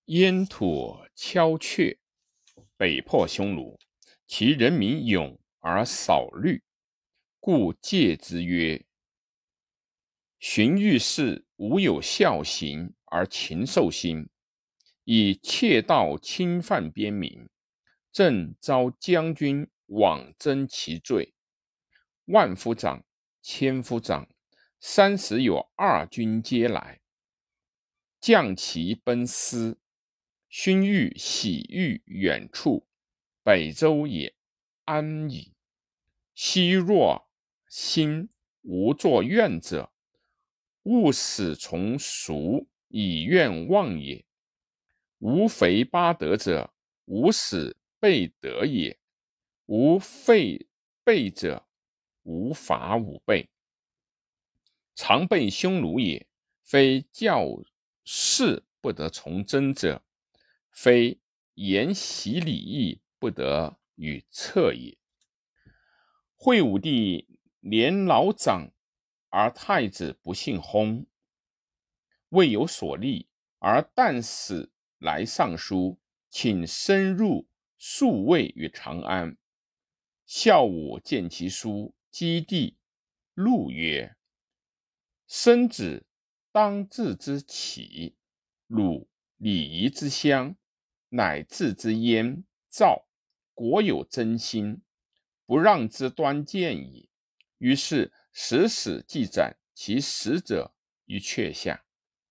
燕土敲阙，北破匈奴，其人民勇而少虑，故戒之曰：荀彧氏无有孝行而禽兽心，以窃盗侵犯边民，朕召将军往征其罪。万夫长、千夫长30有2军皆来，将其奔思。荀彧喜遇远处，北周也安矣。昔若心无作怨者，勿使从俗以怨忘也。无肥八德者，无使备德也。无废备者，无伐吾辈。常备匈奴也，非教士不得从征者，非沿袭礼义不得与策也。惠武帝年老长，而太子不幸薨，未有所立，而旦使来上书，请深入宿卫于长安。孝武见其书，击地怒曰：生子当自之启，鲁礼仪之乡，乃治之燕赵，国有真心，不让之端见矣。于是使使记斩其使者于阙下。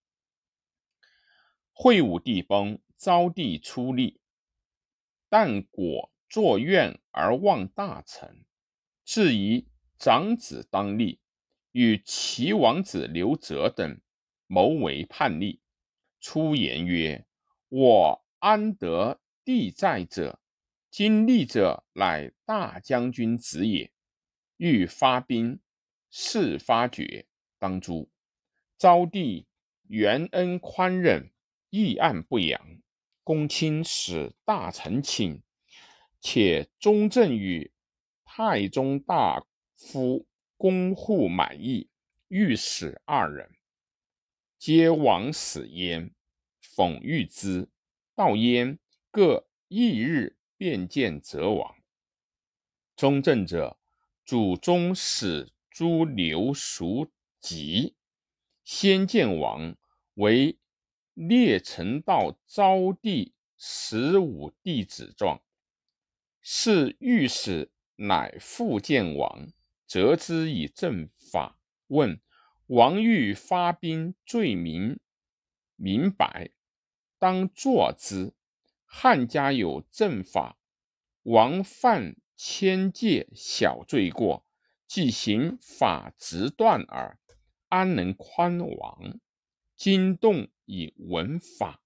惠武帝崩，昭帝出立，但果作怨而忘大臣，质疑长子当立，与齐王子刘哲等谋为叛逆。出言曰：我安得帝在者？今立者乃大将军子也。欲发兵，事发决，当诛。昭帝元恩宽忍，义案不扬，公卿使大臣请，且中正与太中大夫公护满意，御史2人，皆往死焉，讽喻之。到焉，各翌日便见则亡。中正者，主中使诸刘叔吉，先见王，为列陈道昭帝15弟子状。是御史乃复见王，责之以正法，问王欲发兵，罪名明白，当作之。汉家有正法，王犯千戒小罪过，即行法直断耳，安能宽王？惊动以闻法。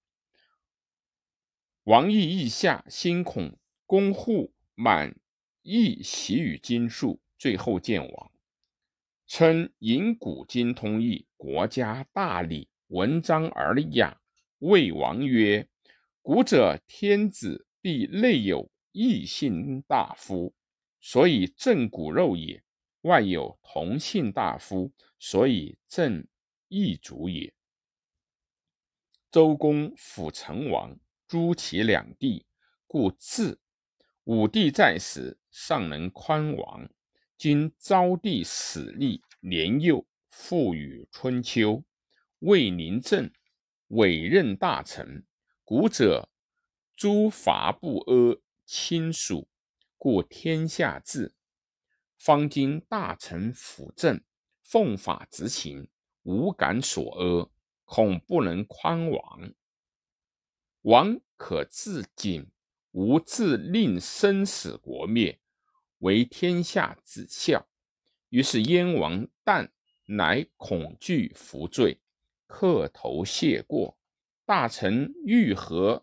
王意下，心恐公护满意习于经术，最后见王，称引古今通义，国家大礼，文章尔雅。谓王曰：古者天子必内有异姓大夫，所以正骨肉也；外有同姓大夫，所以正异族也。周公辅成王，诛其2弟，故治。武帝在时，尚能宽王。今昭帝死立，年幼，复与春秋，未临政，委任大臣。古者诸伐不阿，亲属，故天下治。方今大臣辅政，奉法执行，无敢所阿，恐不能宽王。王可自警，无自令生死国灭，为天下之孝。于是燕王旦乃恐惧服罪，磕头谢过。大臣欲合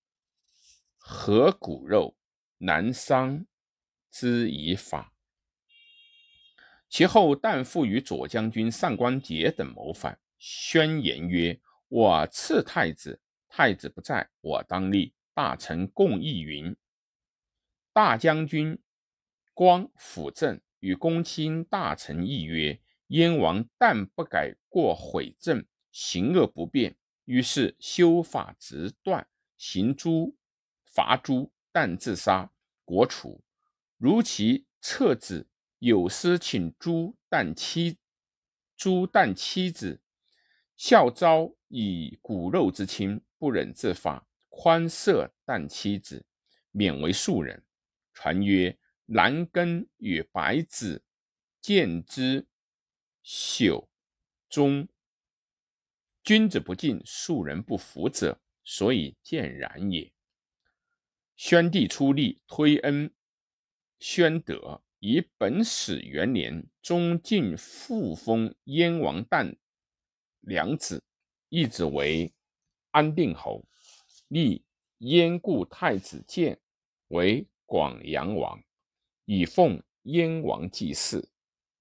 骨肉，难伤之以法。其后旦复与左将军上官桀等谋反，宣言曰：我赐太子，太子不在，我当立。大臣共议云。大将军光辅政，与公卿大臣议曰：燕王但不改过悔政，行恶不变， 于是修法直断，刑诸罚诸，但自杀，国除。如其侧子有司请诸旦妻子，孝昭以骨肉之亲，不忍自发，宽赦旦妻子，免为庶人。传曰：兰根与白子，见之朽忠。君子不敬，庶人不服者，所以见然也。宣帝初立，推恩宣德，以本始元年，中晋复封燕王旦两子，一子为安定侯，立燕故太子建为广阳王，以奉燕王祭祀。